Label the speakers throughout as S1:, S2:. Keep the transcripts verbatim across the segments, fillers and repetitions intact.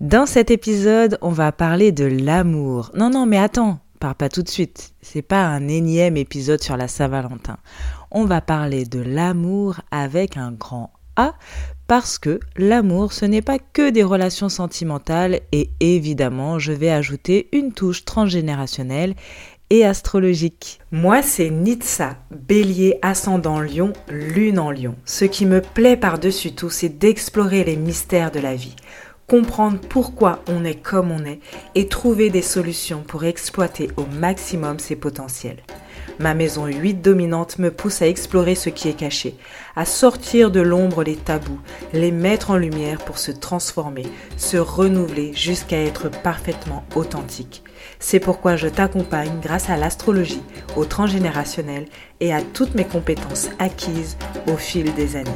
S1: Dans cet épisode, on va parler de l'amour. Non, non, mais attends, pars pas tout de suite. C'est pas un énième épisode sur la Saint-Valentin. On va parler de l'amour avec un grand A, parce que l'amour, ce n'est pas que des relations sentimentales et évidemment, je vais ajouter une touche transgénérationnelle et astrologique. Moi, c'est Nitsa, bélier ascendant lion, lune en lion. Ce qui me plaît par-dessus tout, c'est d'explorer les mystères de la vie, comprendre pourquoi on est comme on est et trouver des solutions pour exploiter au maximum ses potentiels. Ma maison huit dominante me pousse à explorer ce qui est caché, à sortir de l'ombre les tabous, les mettre en lumière pour se transformer, se renouveler jusqu'à être parfaitement authentique. C'est pourquoi je t'accompagne grâce à l'astrologie, au transgénérationnel et à toutes mes compétences acquises au fil des années.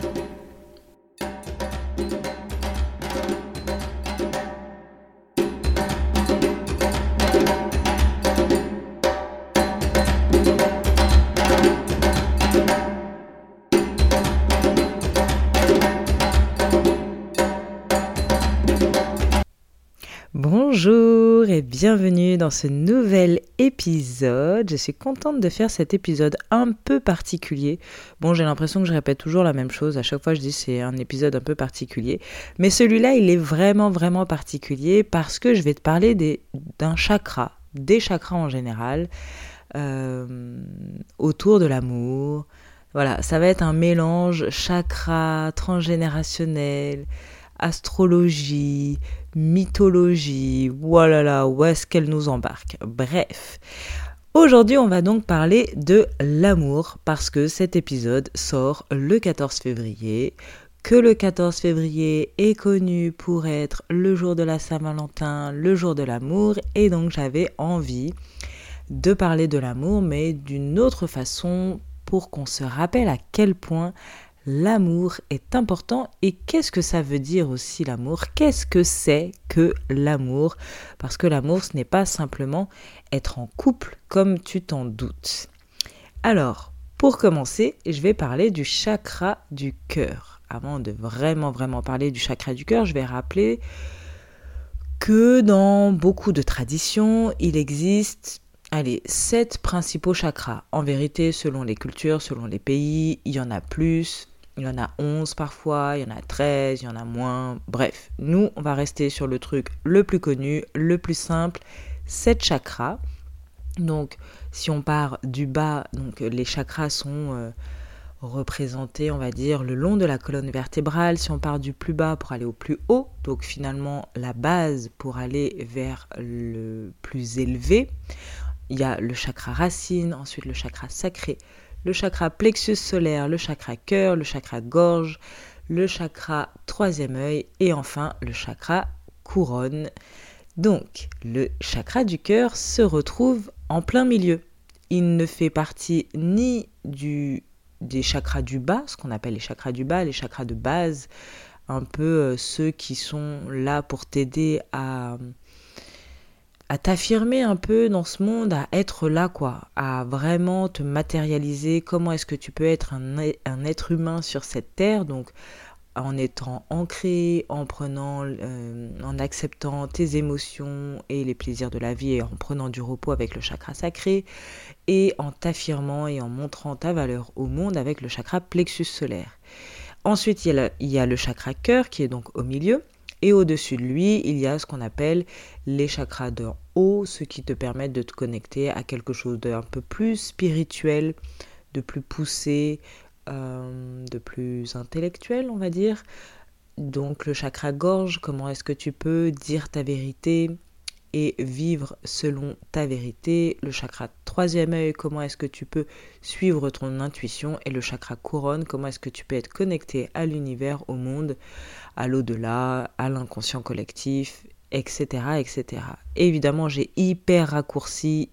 S1: Bonjour et bienvenue dans ce nouvel épisode. Je suis contente de faire cet épisode un peu particulier. Bon, j'ai l'impression que je répète toujours la même chose. À chaque fois, je dis c'est un épisode un peu particulier. Mais celui-là, il est vraiment, vraiment particulier parce que je vais te parler des, d'un chakra, des chakras en général, euh, autour de l'amour. Voilà, ça va être un mélange chakra, transgénérationnel, astrologie, mythologie, voilà, où est-ce qu'elle nous embarque? Bref, aujourd'hui on va donc parler de l'amour parce que cet épisode sort le quatorze février, que le quatorze février est connu pour être le jour de la Saint-Valentin, le jour de l'amour, et donc j'avais envie de parler de l'amour mais d'une autre façon pour qu'on se rappelle à quel point l'amour est important. Et qu'est-ce que ça veut dire aussi l'amour? Qu'est-ce que c'est que l'amour? Parce que l'amour, ce n'est pas simplement être en couple, comme tu t'en doutes. Alors, pour commencer, je vais parler du chakra du cœur. Avant de vraiment, vraiment parler du chakra du cœur, je vais rappeler que dans beaucoup de traditions, il existe Allez, sept principaux chakras. En vérité, selon les cultures, selon les pays, il y en a plus. Il y en a onze parfois, il y en a treize, il y en a moins. Bref, nous, on va rester sur le truc le plus connu, le plus simple, sept chakras. Donc, si on part du bas, donc les chakras sont euh, représentés, on va dire, le long de la colonne vertébrale. Si on part du plus bas pour aller au plus haut, donc finalement la base pour aller vers le plus élevé, il y a le chakra racine, ensuite le chakra sacré, le chakra plexus solaire, le chakra cœur, le chakra gorge, le chakra troisième œil et enfin le chakra couronne. Donc, le chakra du cœur se retrouve en plein milieu. Il ne fait partie ni du, des chakras du bas, ce qu'on appelle les chakras du bas, les chakras de base, un peu euh, ceux qui sont là pour t'aider à... à t'affirmer un peu dans ce monde, à être là, quoi, à vraiment te matérialiser. Comment est-ce que tu peux être un, un être humain sur cette terre, donc en étant ancré, en prenant, euh, en acceptant tes émotions et les plaisirs de la vie et en prenant du repos avec le chakra sacré et en t'affirmant et en montrant ta valeur au monde avec le chakra plexus solaire. Ensuite, il y a le, il y a le chakra cœur qui est donc au milieu. Et au-dessus de lui, il y a ce qu'on appelle les chakras d'en haut, ceux qui te permettent de te connecter à quelque chose d'un peu plus spirituel, de plus poussé, euh, de plus intellectuel, on va dire. Donc le chakra gorge, comment est-ce que tu peux dire ta vérité et vivre selon ta vérité. Le chakra troisième œil, comment est-ce que tu peux suivre ton intuition. Et le chakra couronne, comment est-ce que tu peux être connecté à l'univers, au monde, à l'au-delà, à l'inconscient collectif, et cetera, et cetera. Évidemment, j'ai hyper raccourci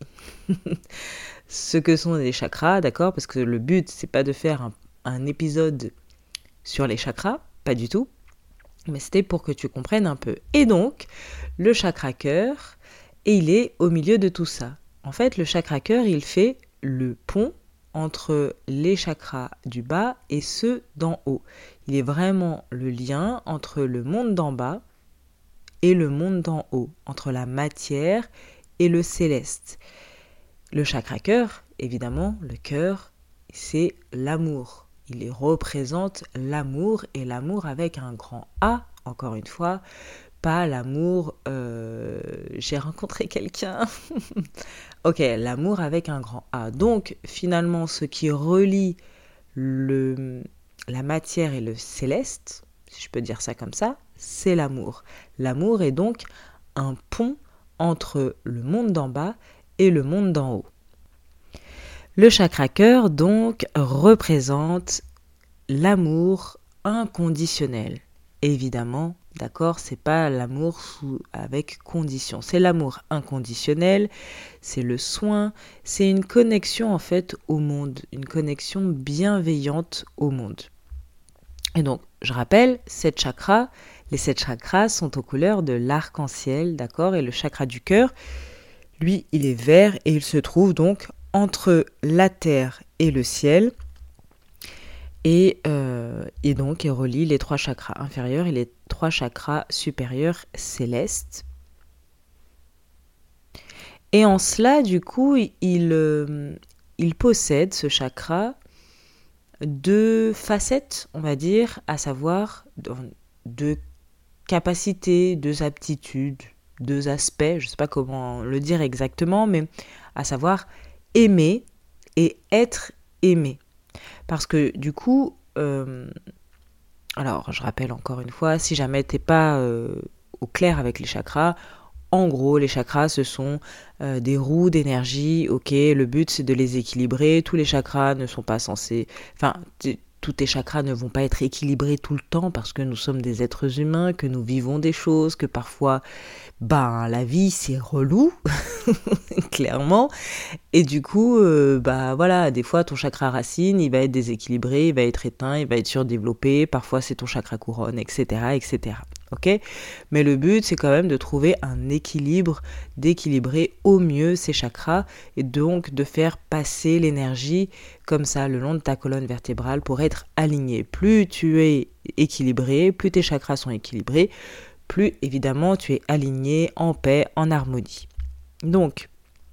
S1: ce que sont les chakras, d'accord? Parce que le but, c'est pas de faire un, un épisode sur les chakras, pas du tout. Mais c'était pour que tu comprennes un peu. Et donc, le chakra cœur, et il est au milieu de tout ça. En fait, le chakra cœur, il fait le pont entre les chakras du bas et ceux d'en haut. Il est vraiment le lien entre le monde d'en bas et le monde d'en haut, entre la matière et le céleste. Le chakra cœur, évidemment, le cœur, c'est l'amour. Il représente l'amour, et l'amour avec un grand A, encore une fois, pas l'amour, euh, j'ai rencontré quelqu'un. Ok, l'amour avec un grand A. Donc, finalement, ce qui relie le, la matière et le céleste, si je peux dire ça comme ça, c'est l'amour. L'amour est donc un pont entre le monde d'en bas et le monde d'en haut. Le chakra cœur, donc, représente l'amour inconditionnel. Évidemment, d'accord, c'est pas l'amour sous, avec condition. C'est l'amour inconditionnel, c'est le soin, c'est une connexion en fait au monde, une connexion bienveillante au monde. Et donc, je rappelle, sept chakras, les sept chakras sont aux couleurs de l'arc-en-ciel, d'accord, et le chakra du cœur, lui, il est vert et il se trouve donc entre la terre et le ciel. Et, euh, et donc, il relie les trois chakras inférieurs et les trois chakras supérieurs célestes. Et en cela, du coup, il, euh, il possède, ce chakra, deux facettes, on va dire, à savoir deux capacités, deux aptitudes, deux aspects, je ne sais pas comment le dire exactement, mais à savoir aimer et être aimé. Parce que du coup, euh, alors je rappelle encore une fois, si jamais t'es pas euh, au clair avec les chakras, en gros les chakras ce sont euh, des roues d'énergie, ok, le but c'est de les équilibrer, tous les chakras ne sont pas censés, enfin t- tous tes chakras ne vont pas être équilibrés tout le temps parce que nous sommes des êtres humains, que nous vivons des choses, que parfois, ben la vie c'est relou, clairement. Et du coup, euh, bah voilà, des fois ton chakra racine, il va être déséquilibré, il va être éteint, il va être surdéveloppé, parfois c'est ton chakra couronne, et cetera, et cetera. Ok ? Mais le but, c'est quand même de trouver un équilibre, d'équilibrer au mieux ces chakras et donc de faire passer l'énergie comme ça le long de ta colonne vertébrale pour être aligné. Plus tu es équilibré, plus tes chakras sont équilibrés, plus évidemment tu es aligné, en paix, en harmonie. Donc,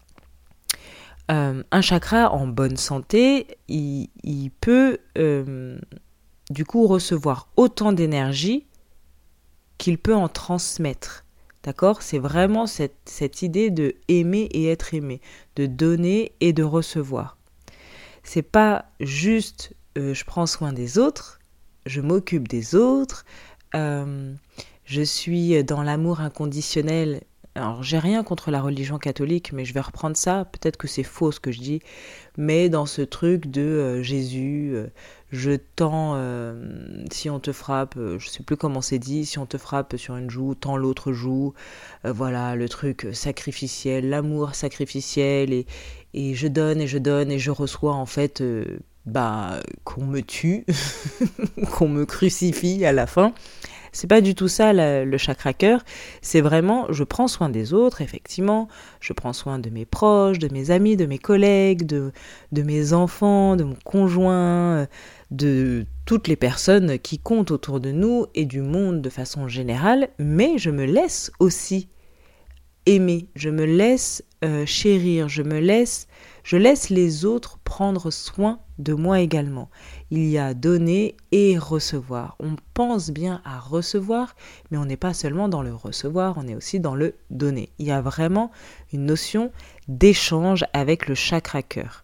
S1: Euh, un chakra en bonne santé, il, il peut euh, du coup recevoir autant d'énergie qu'il peut en transmettre. D'accord ? C'est vraiment cette, cette idée de aimer et être aimé, de donner et de recevoir. C'est pas juste euh, je prends soin des autres, je m'occupe des autres, euh, je suis dans l'amour inconditionnel. Alors, j'ai rien contre la religion catholique, mais je vais reprendre ça. Peut-être que c'est faux ce que je dis, mais dans ce truc de euh, Jésus, euh, je tends, euh, si on te frappe, euh, je sais plus comment c'est dit, si on te frappe sur une joue, tends l'autre joue. Euh, voilà, le truc sacrificiel, l'amour sacrificiel, et, et je donne et je donne et je reçois en fait, euh, bah, qu'on me tue, qu'on me crucifie à la fin. C'est pas du tout ça la, le chakra cœur, c'est vraiment je prends soin des autres, effectivement, je prends soin de mes proches, de mes amis, de mes collègues, de, de mes enfants, de mon conjoint, de toutes les personnes qui comptent autour de nous et du monde de façon générale, mais je me laisse aussi aimer, je me laisse euh, chérir, je me laisse, je laisse les autres prendre soin de moi également. Il y a donner et recevoir. On pense bien à recevoir, mais on n'est pas seulement dans le recevoir, on est aussi dans le donner. Il y a vraiment une notion d'échange avec le chakra cœur.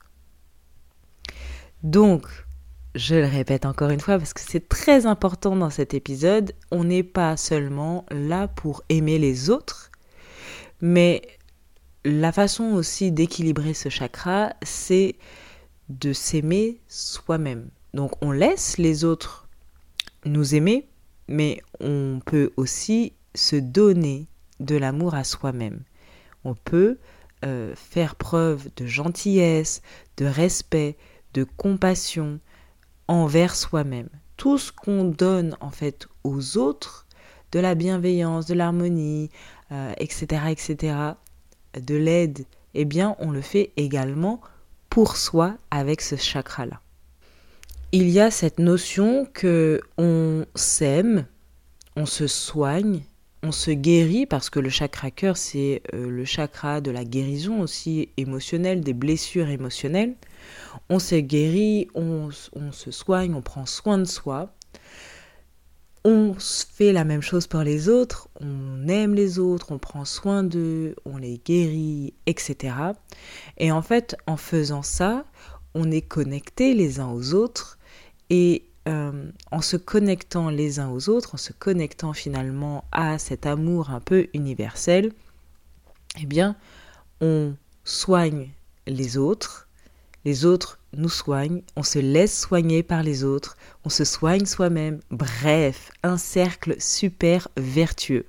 S1: Donc, je le répète encore une fois parce que c'est très important dans cet épisode, on n'est pas seulement là pour aimer les autres, mais la façon aussi d'équilibrer ce chakra, c'est de s'aimer soi-même. Donc on laisse les autres nous aimer, mais on peut aussi se donner de l'amour à soi-même. On peut euh, faire preuve de gentillesse, de respect, de compassion envers soi-même. Tout ce qu'on donne en fait aux autres, de la bienveillance, de l'harmonie, euh, et cetera, et cetera, de l'aide, eh bien on le fait également pour soi avec ce chakra-là. Il y a cette notion que on s'aime, on se soigne on se guérit parce que le chakra cœur, c'est euh, le chakra de la guérison aussi émotionnelle, des blessures émotionnelles. On se guérit, on, on se soigne, on prend soin de soi. On fait la même chose pour les autres, on aime les autres, on prend soin d'eux, on les guérit, et cetera. Et en fait, en faisant ça, on est connectés les uns aux autres et euh, en se connectant les uns aux autres, en se connectant finalement à cet amour un peu universel, eh bien, on soigne les autres, les autres nous soignent, on se laisse soigner par les autres, on se soigne soi-même. Bref, un cercle super vertueux.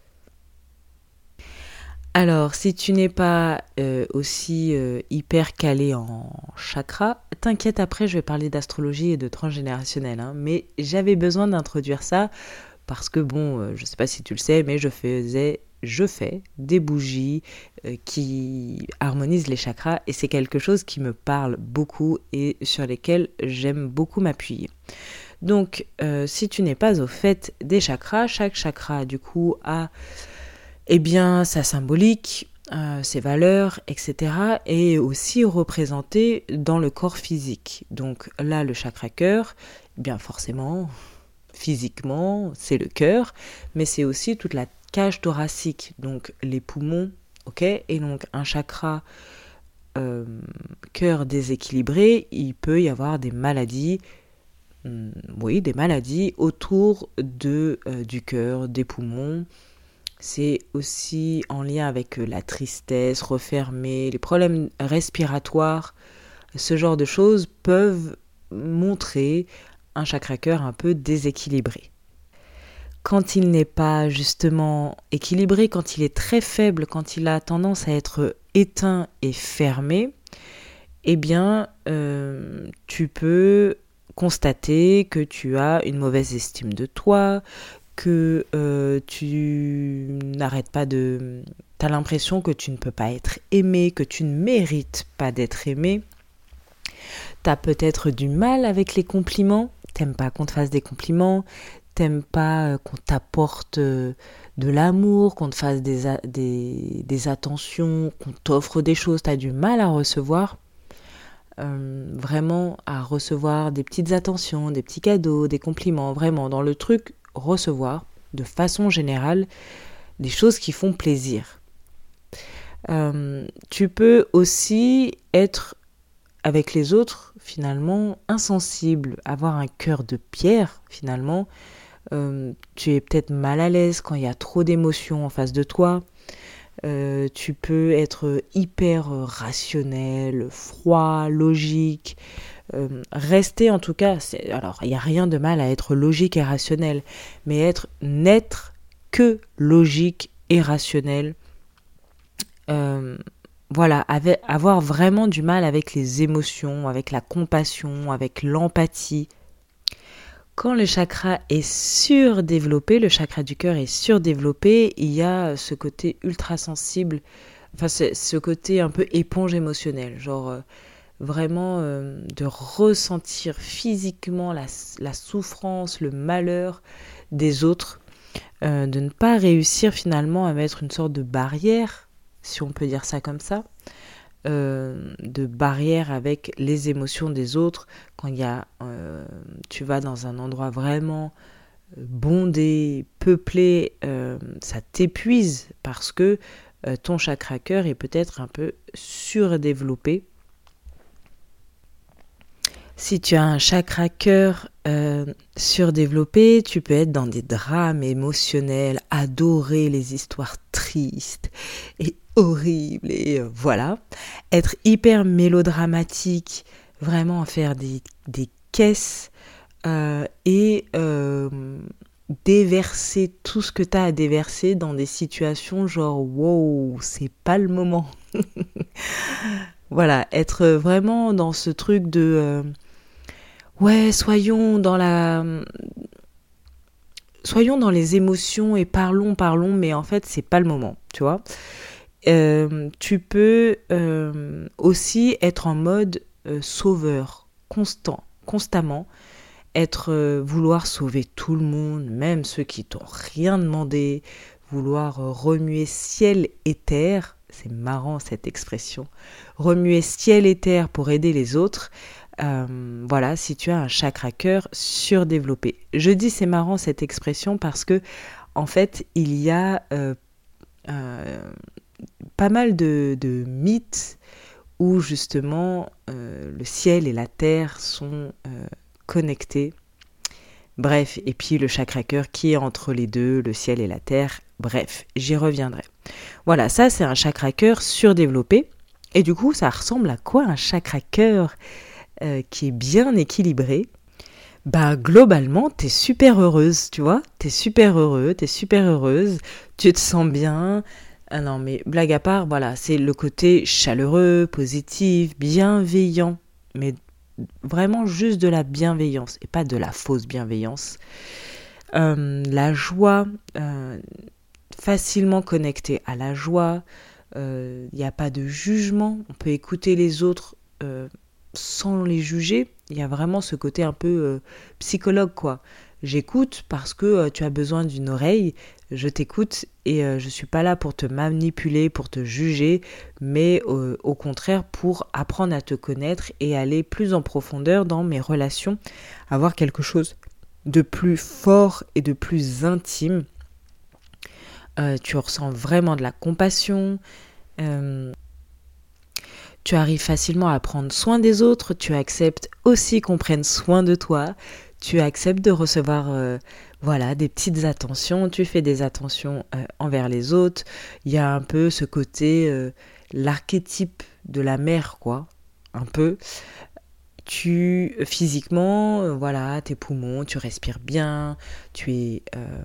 S1: Alors, si tu n'es pas euh, aussi euh, hyper calé en chakra, t'inquiète, après je vais parler d'astrologie et de transgénérationnel, hein, mais j'avais besoin d'introduire ça parce que bon, euh, je ne sais pas si tu le sais, mais je faisais, je fais des bougies euh, qui harmonisent les chakras et c'est quelque chose qui me parle beaucoup et sur lesquels j'aime beaucoup m'appuyer. Donc, euh, si tu n'es pas au fait des chakras, chaque chakra du coup a eh bien, sa symbolique, euh, ses valeurs, et cetera est aussi représentée dans le corps physique. Donc là, le chakra cœur, eh bien forcément, physiquement, c'est le cœur, mais c'est aussi toute la cage thoracique, donc les poumons, ok. Et donc un chakra euh, cœur déséquilibré, il peut y avoir des maladies. Hum, oui, des maladies autour de, euh, du cœur, des poumons. C'est aussi en lien avec la tristesse, refermer, les problèmes respiratoires. Ce genre de choses peuvent montrer un chakra-cœur un peu déséquilibré. Quand il n'est pas justement équilibré, quand il est très faible, quand il a tendance à être éteint et fermé, eh bien, euh, tu peux constater que tu as une mauvaise estime de toi, que euh, tu n'arrêtes pas de... Tu as l'impression que tu ne peux pas être aimé, que tu ne mérites pas d'être aimé. Tu as peut-être du mal avec les compliments. T'aimes pas qu'on te fasse des compliments. T'aimes pas euh, qu'on t'apporte euh, de l'amour, qu'on te fasse des, a- des, des attentions, qu'on t'offre des choses. Tu as du mal à recevoir. Euh, vraiment à recevoir des petites attentions, des petits cadeaux, des compliments. Vraiment dans le truc recevoir de façon générale des choses qui font plaisir. Euh, tu peux aussi être avec les autres finalement insensible, avoir un cœur de pierre finalement. Euh, tu es peut-être mal à l'aise quand il y a trop d'émotions en face de toi. Euh, tu peux être hyper rationnel, froid, logique. Euh, rester en tout cas, c'est, alors il n'y a rien de mal à être logique et rationnel, mais être n'être que logique et rationnel, euh, voilà, avec, avoir vraiment du mal avec les émotions, avec la compassion, avec l'empathie. Quand le chakra est surdéveloppé, le chakra du cœur est surdéveloppé, il y a ce côté ultra sensible, enfin c'est, ce côté un peu éponge émotionnelle, genre euh, vraiment euh, de ressentir physiquement la, la souffrance, le malheur des autres, euh, de ne pas réussir finalement à mettre une sorte de barrière, si on peut dire ça comme ça, euh, de barrière avec les émotions des autres. Quand il y a, euh, tu vas dans un endroit vraiment bondé, peuplé, euh, ça t'épuise parce que euh, ton chakra cœur est peut-être un peu surdéveloppé. Si tu as un chakra cœur euh, surdéveloppé, tu peux être dans des drames émotionnels, adorer les histoires tristes et horribles, et euh, voilà. Être hyper mélodramatique, vraiment faire des, des caisses euh, et euh, déverser tout ce que tu as à déverser dans des situations genre « wow, c'est pas le moment ». Voilà, être vraiment dans ce truc de... Euh, ouais, soyons dans la... Soyons dans les émotions et parlons, parlons, mais en fait, c'est pas le moment, tu vois. Euh, tu peux euh, aussi être en mode euh, sauveur, constant, constamment, être, euh, vouloir sauver tout le monde, même ceux qui t'ont rien demandé, vouloir remuer ciel et terre, c'est marrant cette expression, remuer ciel et terre pour aider les autres, euh, voilà, si tu as un chakra cœur surdéveloppé. Je dis c'est marrant cette expression parce que, en fait, il y a euh, euh, pas mal de, de mythes où justement euh, le ciel et la terre sont euh, connectés. Bref, et puis le chakra cœur qui est entre les deux, le ciel et la terre. Bref, j'y reviendrai. Voilà, ça c'est un chakra cœur surdéveloppé. Et du coup, ça ressemble à quoi un chakra cœur euh, qui est bien équilibré? Bah globalement, t'es super heureuse, tu vois. T'es super heureux, t'es super heureuse, tu te sens bien. Ah non, mais blague à part, voilà, c'est le côté chaleureux, positif, bienveillant. Mais vraiment juste de la bienveillance et pas de la fausse bienveillance. Euh, la joie, euh, facilement connecté à la joie, il euh, n'y a pas de jugement, on peut écouter les autres euh, sans les juger. Il y a vraiment ce côté un peu euh, psychologue, quoi. J'écoute parce que euh, tu as besoin d'une oreille, je t'écoute et euh, je suis pas là pour te manipuler, pour te juger, mais euh, au contraire pour apprendre à te connaître et aller plus en profondeur dans mes relations, avoir quelque chose de plus fort et de plus intime. Euh, tu ressens vraiment de la compassion, euh, tu arrives facilement à prendre soin des autres, tu acceptes aussi qu'on prenne soin de toi, tu acceptes de recevoir euh, voilà, des petites attentions, tu fais des attentions euh, envers les autres, il y a un peu ce côté, euh, l'archétype de la mère, quoi, un peu. Tu, physiquement, euh, voilà, tes poumons, tu respires bien, tu es... Euh,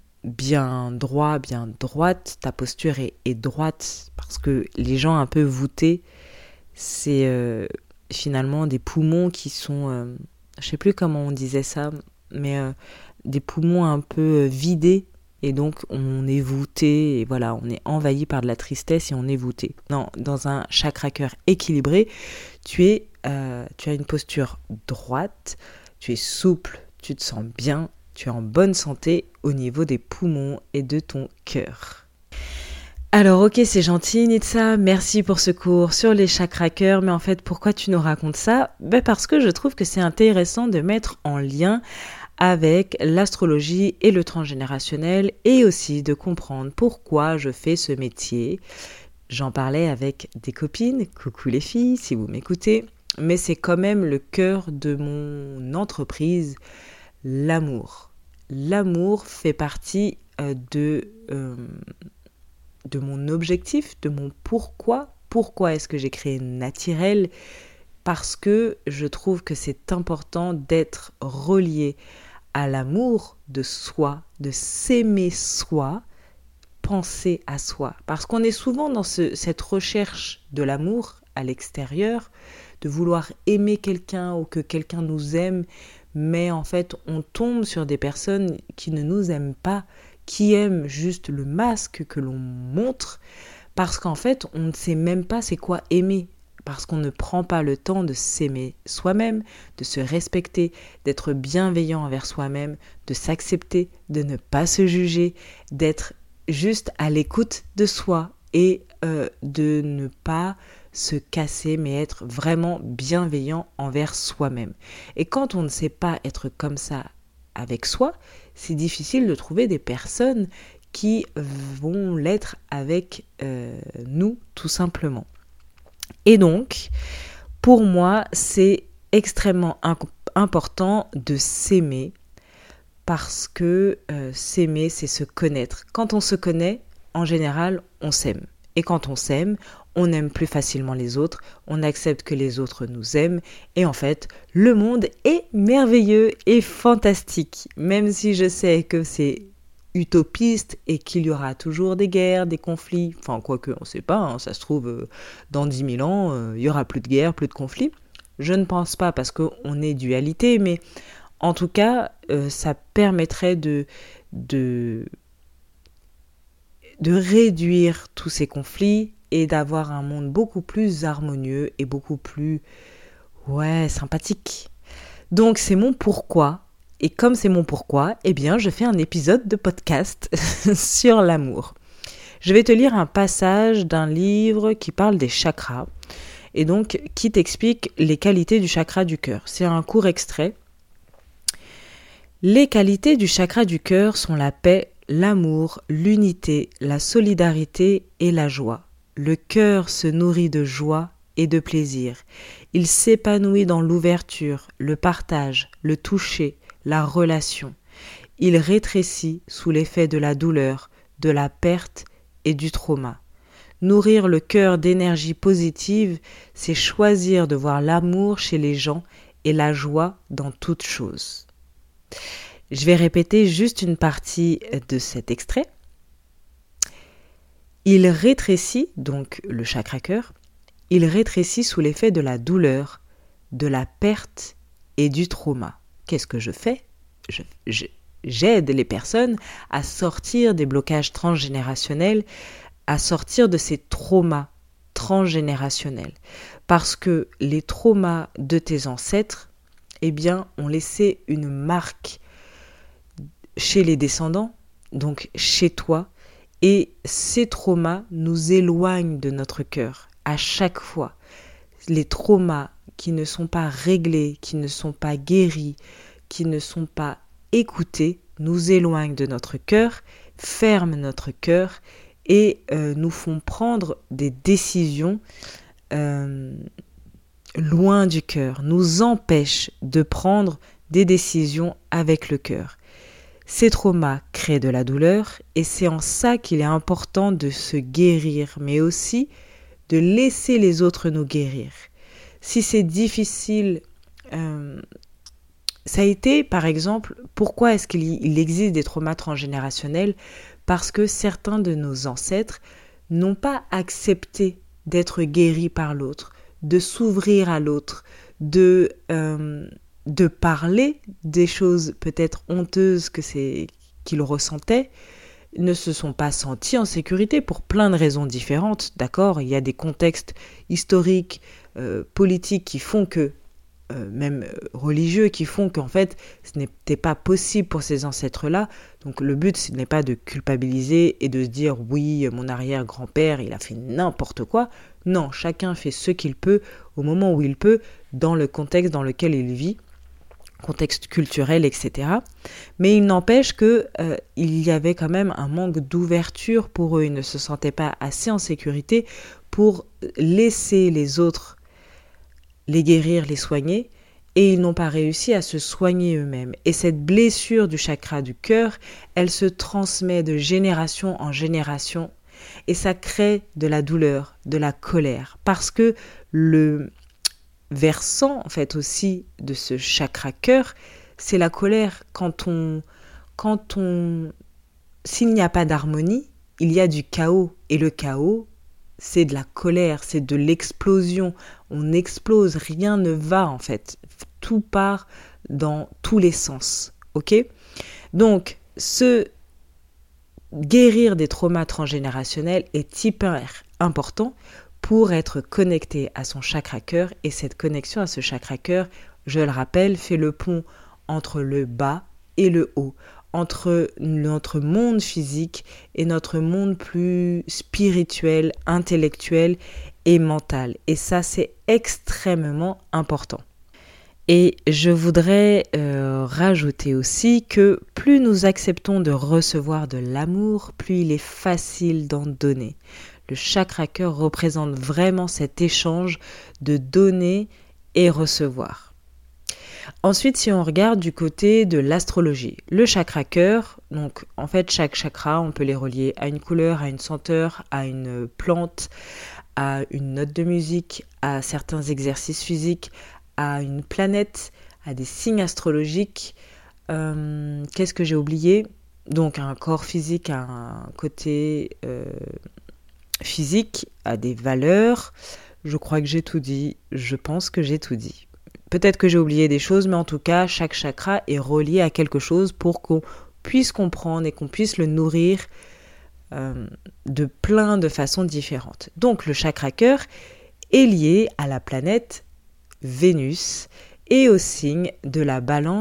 S1: bien droit, bien droite, ta posture est, est droite, parce que les gens un peu voûtés, c'est euh, finalement des poumons qui sont, euh, je sais plus comment on disait ça, mais euh, des poumons un peu euh, vidés, et donc on est voûté, et voilà, on est envahi par de la tristesse et on est voûté. Non, dans un chakra cœur équilibré, tu es, euh, tu as une posture droite, tu es souple, tu te sens bien, tu es en bonne santé au niveau des poumons et de ton cœur. Alors ok, c'est gentil Nitsa, merci pour ce cours sur les chakras cœur, mais en fait pourquoi tu nous racontes ça? Ben parce que je trouve que c'est intéressant de mettre en lien avec l'astrologie et le transgénérationnel et aussi de comprendre pourquoi je fais ce métier. J'en parlais avec des copines, coucou les filles si vous m'écoutez, mais c'est quand même le cœur de mon entreprise, l'amour. L'amour fait partie euh, de, euh, de mon objectif, de mon pourquoi. Pourquoi est-ce que j'ai créé Naturel? Parce que je trouve que c'est important d'être relié à l'amour de soi, de s'aimer soi, penser à soi. Parce qu'on est souvent dans ce, cette recherche de l'amour à l'extérieur, de vouloir aimer quelqu'un ou que quelqu'un nous aime, mais en fait, on tombe sur des personnes qui ne nous aiment pas, qui aiment juste le masque que l'on montre, parce qu'en fait, on ne sait même pas c'est quoi aimer, parce qu'on ne prend pas le temps de s'aimer soi-même, de se respecter, d'être bienveillant envers soi-même, de s'accepter, de ne pas se juger, d'être juste à l'écoute de soi et euh, de ne pas se casser, mais être vraiment bienveillant envers soi-même. Et quand on ne sait pas être comme ça avec soi, c'est difficile de trouver des personnes qui vont l'être avec euh, nous, tout simplement. Et donc, pour moi, c'est extrêmement imp- important de s'aimer, parce que euh, s'aimer, c'est se connaître. Quand on se connaît, en général, on s'aime. Et quand on s'aime, on aime plus facilement les autres, on accepte que les autres nous aiment, et en fait, le monde est merveilleux et fantastique. Même si je sais que c'est utopiste et qu'il y aura toujours des guerres, des conflits, enfin quoique, on ne sait pas, hein, ça se trouve, euh, dans dix mille ans, euh, il y aura plus de guerres, plus de conflits. Je ne pense pas parce qu'on est dualité, mais en tout cas, euh, ça permettrait de, de, de réduire tous ces conflits et d'avoir un monde beaucoup plus harmonieux et beaucoup plus, ouais, sympathique. Donc c'est mon pourquoi. Et comme c'est mon pourquoi, eh bien, je fais un épisode de podcast sur l'amour. Je vais te lire un passage d'un livre qui parle des chakras et donc qui t'explique les qualités du chakra du cœur. C'est un court extrait. Les qualités du chakra du cœur sont la paix, l'amour, l'unité, la solidarité et la joie. Le cœur se nourrit de joie et de plaisir. Il s'épanouit dans l'ouverture, le partage, le toucher, la relation. Il rétrécit sous l'effet de la douleur, de la perte et du trauma. Nourrir le cœur d'énergie positive, c'est choisir de voir l'amour chez les gens et la joie dans toute chose. Je vais répéter juste une partie de cet extrait. Il rétrécit, donc le chakra cœur, il rétrécit sous l'effet de la douleur, de la perte et du trauma. Qu'est-ce que je fais ? je, je, J'aide les personnes à sortir des blocages transgénérationnels, à sortir de ces traumas transgénérationnels. Parce que les traumas de tes ancêtres, eh bien, ont laissé une marque chez les descendants, donc chez toi, et ces traumas nous éloignent de notre cœur à chaque fois. Les traumas qui ne sont pas réglés, qui ne sont pas guéris, qui ne sont pas écoutés, nous éloignent de notre cœur, ferment notre cœur et euh, nous font prendre des décisions euh, loin du cœur, nous empêchent de prendre des décisions avec le cœur. Ces traumas créent de la douleur et c'est en ça qu'il est important de se guérir, mais aussi de laisser les autres nous guérir. Si c'est difficile, euh, ça a été par exemple, pourquoi est-ce qu'il il existe des traumas transgénérationnels ? Parce que certains de nos ancêtres n'ont pas accepté d'être guéris par l'autre, de s'ouvrir à l'autre, de... Euh, de parler des choses peut-être honteuses que c'est, qu'ils ressentaient, ne se sont pas sentis en sécurité pour plein de raisons différentes, d'accord ? Il y a des contextes historiques, euh, politiques qui font que, euh, même religieux, qui font qu'en fait, ce n'était pas possible pour ces ancêtres-là. Donc le but, ce n'est pas de culpabiliser et de se dire « oui, mon arrière-grand-père, il a fait n'importe quoi ». Non, chacun fait ce qu'il peut, au moment où il peut, dans le contexte dans lequel il vit, contexte culturel, et cetera. Mais il n'empêche que euh, il y avait quand même un manque d'ouverture pour eux. Ils ne se sentaient pas assez en sécurité pour laisser les autres les guérir, les soigner, et ils n'ont pas réussi à se soigner eux-mêmes. Et cette blessure du chakra du cœur, elle se transmet de génération en génération, et ça crée de la douleur, de la colère, parce que le versant en fait aussi de ce chakra cœur, c'est la colère. Quand on, quand on, s'il n'y a pas d'harmonie, il y a du chaos, et le chaos, c'est de la colère, c'est de l'explosion. On explose, rien ne va en fait, tout part dans tous les sens, ok ? Donc, ce guérir des traumas transgénérationnels est hyper important pour être connecté à son chakra cœur, et cette connexion à ce chakra cœur, je le rappelle, fait le pont entre le bas et le haut, entre notre monde physique et notre monde plus spirituel, intellectuel et mental. Et ça, c'est extrêmement important. Et je voudrais euh, rajouter aussi que plus nous acceptons de recevoir de l'amour, plus il est facile d'en donner. Le chakra cœur représente vraiment cet échange de donner et recevoir. Ensuite, si on regarde du côté de l'astrologie, le chakra cœur, donc en fait chaque chakra, on peut les relier à une couleur, à une senteur, à une plante, à une note de musique, à certains exercices physiques, à une planète, à des signes astrologiques. Euh, qu'est-ce que j'ai oublié ? Donc un corps physique, à un côté euh, physique, à des valeurs. Je crois que j'ai tout dit, je pense que j'ai tout dit. Peut-être que j'ai oublié des choses, mais en tout cas, chaque chakra est relié à quelque chose pour qu'on puisse comprendre et qu'on puisse le nourrir euh, de plein de façons différentes. Donc le chakra cœur est lié à la planète Vénus et au signe de la balance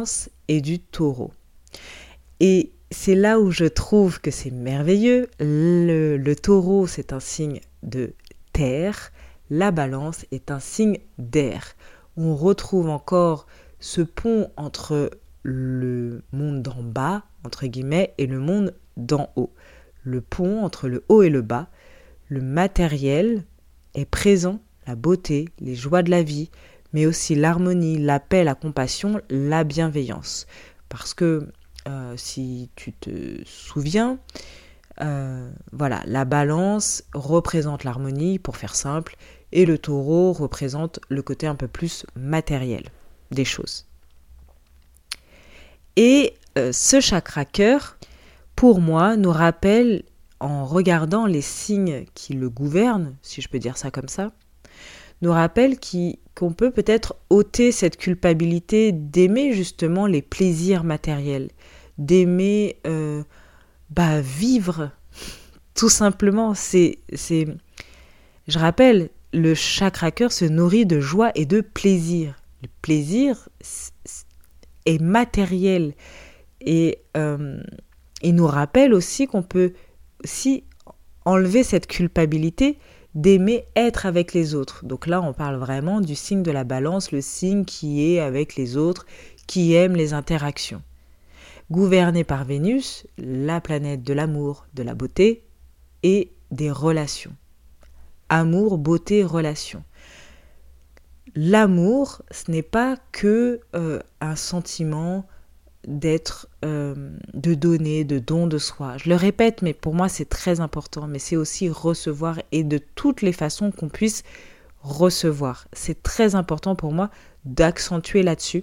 S1: et du taureau. Et c'est là où je trouve que c'est merveilleux. Le, le taureau, c'est un signe de terre. La balance est un signe d'air. On retrouve encore ce pont entre le monde d'en bas, entre guillemets, et le monde d'en haut. Le pont entre le haut et le bas. Le matériel est présent, la beauté, les joies de la vie, mais aussi l'harmonie, la paix, la compassion, la bienveillance. Parce que euh, si tu te souviens, euh, voilà, la balance représente l'harmonie, pour faire simple, et le taureau représente le côté un peu plus matériel des choses. Et euh, ce chakra cœur, pour moi, nous rappelle, en regardant les signes qui le gouvernent, si je peux dire ça comme ça, nous rappelle qui, qu'on peut peut-être ôter cette culpabilité d'aimer justement les plaisirs matériels, d'aimer euh, bah, vivre, tout simplement. C'est, c'est, je rappelle, le chakra cœur se nourrit de joie et de plaisir. Le plaisir est matériel et euh, il nous rappelle aussi qu'on peut aussi enlever cette culpabilité d'aimer être avec les autres. Donc là, on parle vraiment du signe de la balance, le signe qui est avec les autres, qui aime les interactions. Gouverné par Vénus, la planète de l'amour, de la beauté et des relations. Amour, beauté, relations. L'amour, ce n'est pas que euh, un sentiment d'être, euh, de donner, de don de soi. Je le répète, mais pour moi c'est très important, mais c'est aussi recevoir et de toutes les façons qu'on puisse recevoir. C'est très important pour moi d'accentuer là-dessus.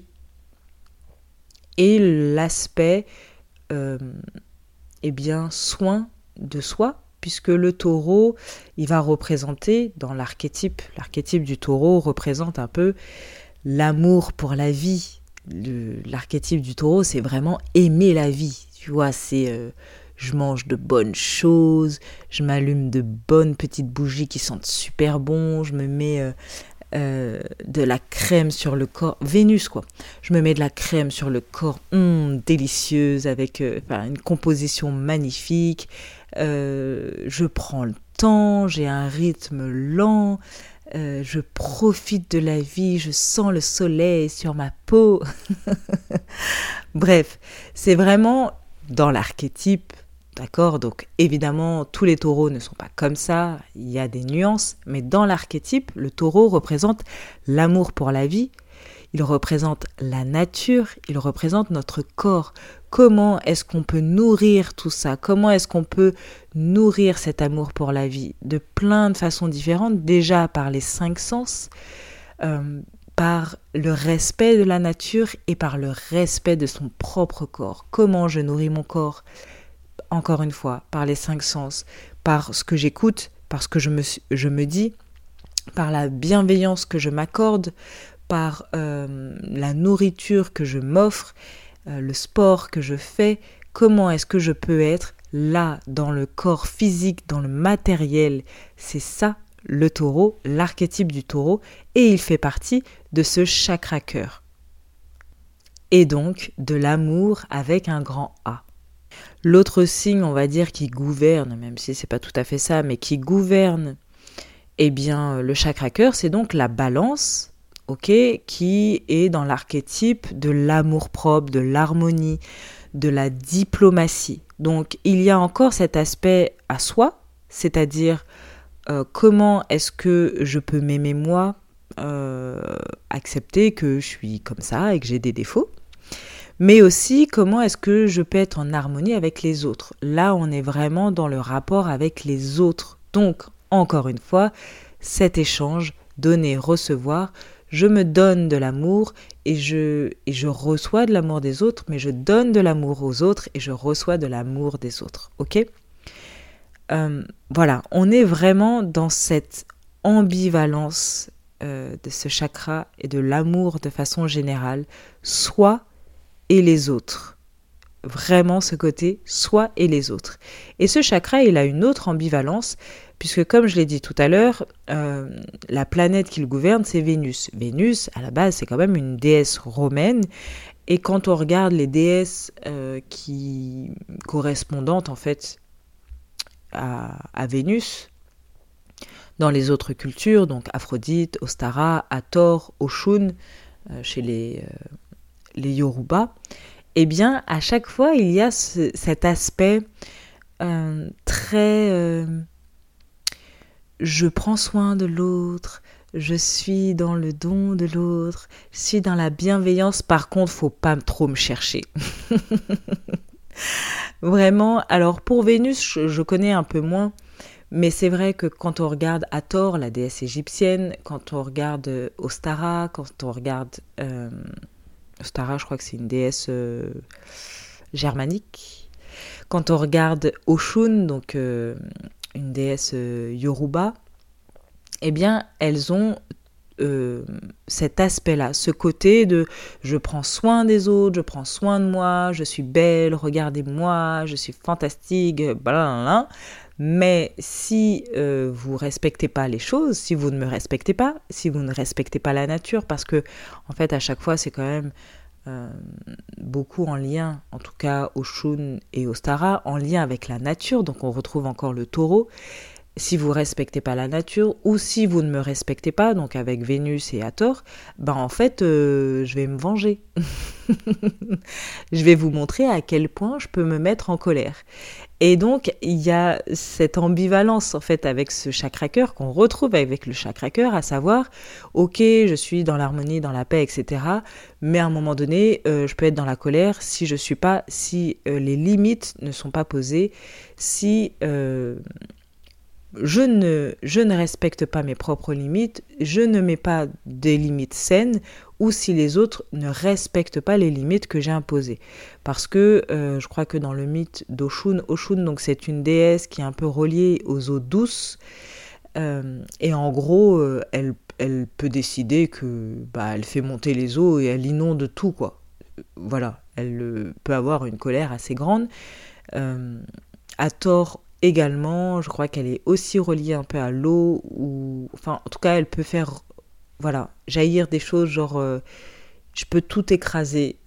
S1: Et l'aspect, euh, eh bien, soin de soi, puisque le taureau, il va représenter, dans l'archétype, l'archétype du taureau représente un peu l'amour pour la vie. Le, l'archétype du taureau, c'est vraiment aimer la vie. Tu vois, c'est euh, je mange de bonnes choses, je m'allume de bonnes petites bougies qui sentent super bon, je me mets euh, euh, de la crème sur le corps. Vénus, quoi. Je me mets de la crème sur le corps, hum, délicieuse, avec euh, une composition magnifique. Euh, je prends le temps, j'ai un rythme lent. Euh, je profite de la vie, je sens le soleil sur ma peau. Bref, c'est vraiment dans l'archétype, d'accord ? Donc évidemment, tous les taureaux ne sont pas comme ça, il y a des nuances, mais dans l'archétype, le taureau représente l'amour pour la vie, il représente la nature, il représente notre corps. Comment est-ce qu'on peut nourrir tout ça ? Comment est-ce qu'on peut nourrir cet amour pour la vie ? De plein de façons différentes, déjà par les cinq sens, euh, par le respect de la nature et par le respect de son propre corps. Comment je nourris mon corps ? Encore une fois, par les cinq sens, par ce que j'écoute, par ce que je me, je me dis, par la bienveillance que je m'accorde, par euh, la nourriture que je m'offre, euh, le sport que je fais. Comment est-ce que je peux être là, dans le corps physique, dans le matériel ? C'est ça, le taureau, l'archétype du taureau, et il fait partie de ce chakra cœur. Et donc, de l'amour avec un grand A. L'autre signe, on va dire, qui gouverne, même si c'est pas tout à fait ça, mais qui gouverne, eh bien, le chakra cœur, c'est donc la balance, ok, qui est dans l'archétype de l'amour-propre, de l'harmonie, de la diplomatie. Donc, il y a encore cet aspect à soi, c'est-à-dire euh, comment est-ce que je peux m'aimer moi, euh, accepter que je suis comme ça et que j'ai des défauts, mais aussi comment est-ce que je peux être en harmonie avec les autres. Là, on est vraiment dans le rapport avec les autres. Donc, encore une fois, cet échange, donner, recevoir, je me donne de l'amour et je, et je reçois de l'amour des autres, mais je donne de l'amour aux autres et je reçois de l'amour des autres. Ok ? euh, Voilà, on est vraiment dans cette ambivalence euh, de ce chakra et de l'amour de façon générale, soi et les autres. Vraiment ce côté soi et les autres. Et ce chakra, il a une autre ambivalence, puisque comme je l'ai dit tout à l'heure, euh, la planète qui le gouverne, c'est Vénus. Vénus, à la base, c'est quand même une déesse romaine, Et quand on regarde les déesses euh, qui correspondantes en fait à, à Vénus, dans les autres cultures, donc Aphrodite, Ostara, Hathor, Oshun, euh, chez les, euh, les Yoruba, eh bien, à chaque fois, il y a ce, cet aspect euh, très... Euh, je prends soin de l'autre, je suis dans le don de l'autre, je suis dans la bienveillance. Par contre, faut pas trop me chercher. Vraiment, alors pour Vénus, je, je connais un peu moins, mais c'est vrai que quand on regarde Hathor, la déesse égyptienne, quand on regarde Ostara, quand on regarde... Euh, Ostara, je crois que c'est une déesse euh, germanique. Quand on regarde Oshun, donc euh, une déesse euh, Yoruba, eh bien, elles ont euh, cet aspect-là, ce côté de je prends soin des autres, je prends soin de moi, je suis belle, regardez-moi, je suis fantastique, blablabla. Mais si euh, vous respectez pas les choses, si vous ne me respectez pas, si vous ne respectez pas la nature, parce que en fait à chaque fois c'est quand même euh, beaucoup en lien, en tout cas Oshun et Ostara, en lien avec la nature, donc on retrouve encore le taureau. Si vous respectez pas la nature, ou si vous ne me respectez pas, donc avec Vénus et Hathor, ben en fait, euh, je vais me venger. Je vais vous montrer à quel point je peux me mettre en colère. Et donc, il y a cette ambivalence, en fait, avec ce chakra-cœur qu'on retrouve avec le chakra-cœur, à savoir, ok, je suis dans l'harmonie, dans la paix, et cetera, mais à un moment donné, euh, je peux être dans la colère si je suis pas, si euh, les limites ne sont pas posées, si... Euh, Je ne, je ne respecte pas mes propres limites, je ne mets pas des limites saines, ou si les autres ne respectent pas les limites que j'ai imposées. Parce que euh, je crois que dans le mythe d'Oshun, Oshun, donc c'est une déesse qui est un peu reliée aux eaux douces, euh, et en gros, euh, elle, elle peut décider que bah, elle fait monter les eaux et elle inonde tout, quoi. Voilà, elle euh, peut avoir une colère assez grande. Euh, à tort également, je crois qu'elle est aussi reliée un peu à l'eau, ou enfin en tout cas elle peut faire voilà jaillir des choses genre euh, je peux tout écraser,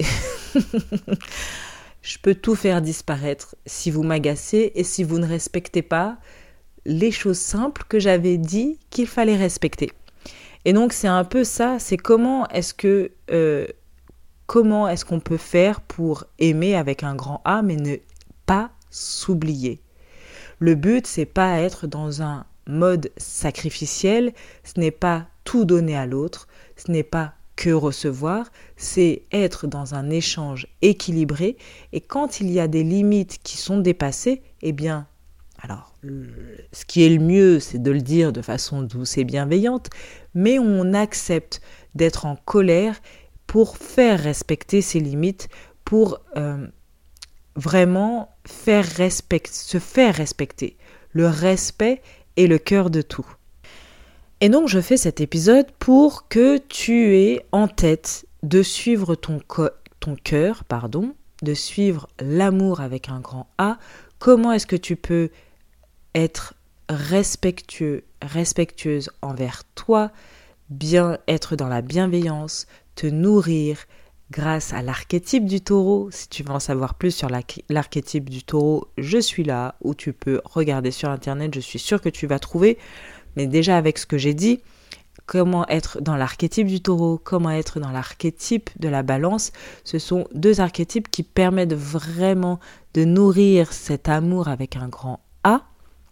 S1: je peux tout faire disparaître si vous m'agacez et si vous ne respectez pas les choses simples que j'avais dit qu'il fallait respecter. Et donc c'est un peu ça, c'est comment est-ce que euh, comment est-ce qu'on peut faire pour aimer avec un grand A mais ne pas s'oublier. Le but, c'est pas être dans un mode sacrificiel, ce n'est pas tout donner à l'autre, ce n'est pas que recevoir, c'est être dans un échange équilibré. Et quand il y a des limites qui sont dépassées, eh bien, alors, ce qui est le mieux, c'est de le dire de façon douce et bienveillante, mais on accepte d'être en colère pour faire respecter ces limites, pour... Euh, vraiment faire respect, se faire respecter. Le respect est le cœur de tout. Et donc je fais cet épisode pour que tu aies en tête de suivre ton, co- ton cœur, pardon, de suivre l'amour avec un grand A. Comment est-ce que tu peux être respectueux, respectueuse envers toi, bien être dans la bienveillance, te nourrir, grâce à l'archétype du taureau. Si tu veux en savoir plus sur l'archétype du taureau, je suis là, ou tu peux regarder sur internet, je suis sûre que tu vas trouver. Mais déjà avec ce que j'ai dit, comment être dans l'archétype du taureau, comment être dans l'archétype de la balance, ce sont deux archétypes qui permettent vraiment de nourrir cet amour avec un grand A.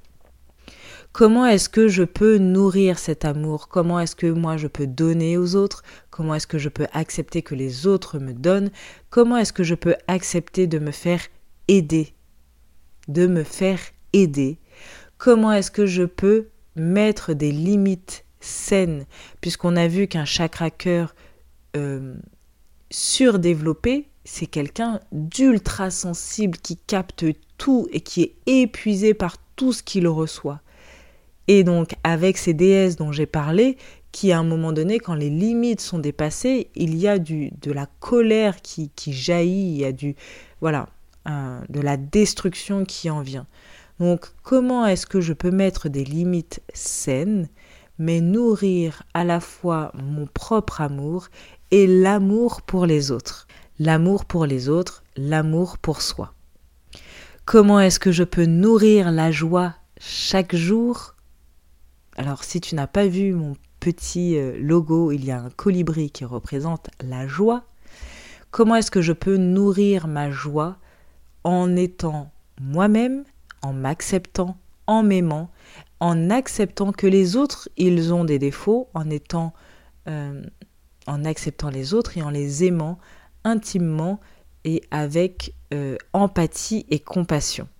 S1: Comment est-ce que je peux nourrir cet amour? Comment est-ce que moi je peux donner aux autres? Comment est-ce que je peux accepter que les autres me donnent? Comment est-ce que je peux accepter de me faire aider? De me faire aider. Comment est-ce que je peux mettre des limites saines? Puisqu'on a vu qu'un chakra-cœur euh, surdéveloppé, c'est quelqu'un d'ultra sensible qui capte tout et qui est épuisé par tout ce qu'il reçoit. Et donc, avec ces déesses dont j'ai parlé, qui à un moment donné, quand les limites sont dépassées, il y a du, de la colère qui, qui jaillit, il y a du, voilà, un, de la destruction qui en vient. Donc, comment est-ce que je peux mettre des limites saines, mais nourrir à la fois mon propre amour et l'amour pour les autres? l'amour pour les autres, l'amour pour soi. Comment est-ce que je peux nourrir la joie chaque jour ? Alors, si tu n'as pas vu mon petit logo, il y a un colibri qui représente la joie. Comment est-ce que je peux nourrir ma joie en étant moi-même, en m'acceptant, en m'aimant, en acceptant que les autres, ils ont des défauts, en étant, euh, en acceptant les autres et en les aimant intimement et avec euh, empathie et compassion.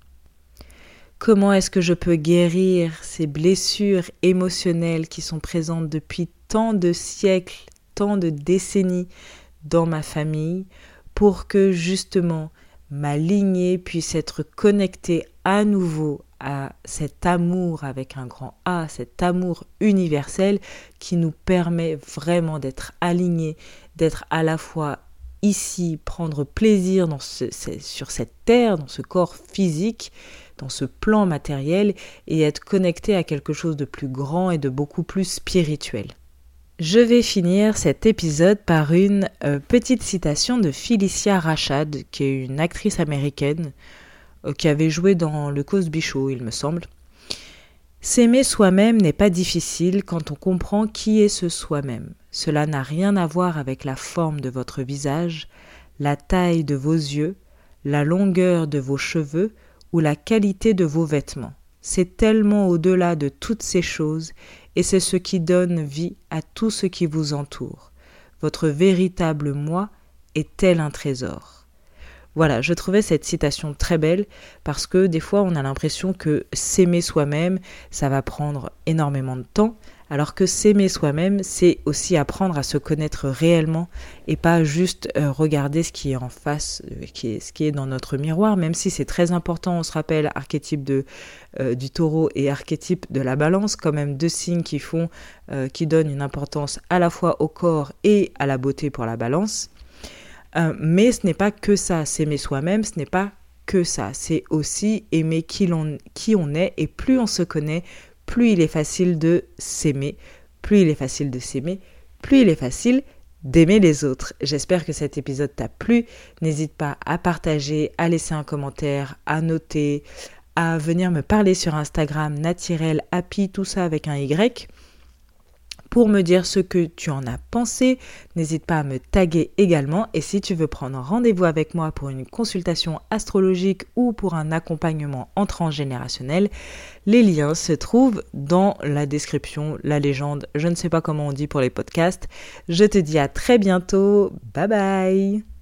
S1: Comment est-ce que je peux guérir ces blessures émotionnelles qui sont présentes depuis tant de siècles, tant de décennies dans ma famille, pour que justement ma lignée puisse être connectée à nouveau à cet amour avec un grand A, cet amour universel qui nous permet vraiment d'être alignés, d'être à la fois ici, prendre plaisir dans ce, sur cette terre, dans ce corps physique, dans ce plan matériel et être connecté à quelque chose de plus grand et de beaucoup plus spirituel. Je vais finir cet épisode par une euh, petite citation de Phylicia Rashad, qui est une actrice américaine euh, qui avait joué dans le Cosby Show, il me semble. S'aimer soi-même n'est pas difficile quand on comprend qui est ce soi-même. Cela n'a rien à voir avec la forme de votre visage, la taille de vos yeux, la longueur de vos cheveux ou la qualité de vos vêtements. C'est tellement au-delà de toutes ces choses et c'est ce qui donne vie à tout ce qui vous entoure. Votre véritable moi est tel un trésor. Voilà, je trouvais cette citation très belle parce que des fois on a l'impression que s'aimer soi-même, ça va prendre énormément de temps, alors que s'aimer soi-même, c'est aussi apprendre à se connaître réellement et pas juste euh, regarder ce qui est en face, euh, qui est, ce qui est dans notre miroir, même si c'est très important, on se rappelle, archétype de, euh, du taureau et archétype de la balance, quand même deux signes qui font, euh, qui donnent une importance à la fois au corps et à la beauté pour la balance. Euh, mais ce n'est pas que ça, s'aimer soi-même, ce n'est pas que ça, c'est aussi aimer qui, l'on, qui on est, et plus on se connaît, plus il est facile de s'aimer, plus il est facile de s'aimer, plus il est facile d'aimer les autres. J'espère que cet épisode t'a plu, n'hésite pas à partager, à laisser un commentaire, à noter, à venir me parler sur Instagram, naturel, happy, tout ça avec un Y, pour me dire ce que tu en as pensé. N'hésite pas à me taguer également et si tu veux prendre rendez-vous avec moi pour une consultation astrologique ou pour un accompagnement en transgénérationnel, les liens se trouvent dans la description, la légende, je ne sais pas comment on dit pour les podcasts. Je te dis à très bientôt, bye bye.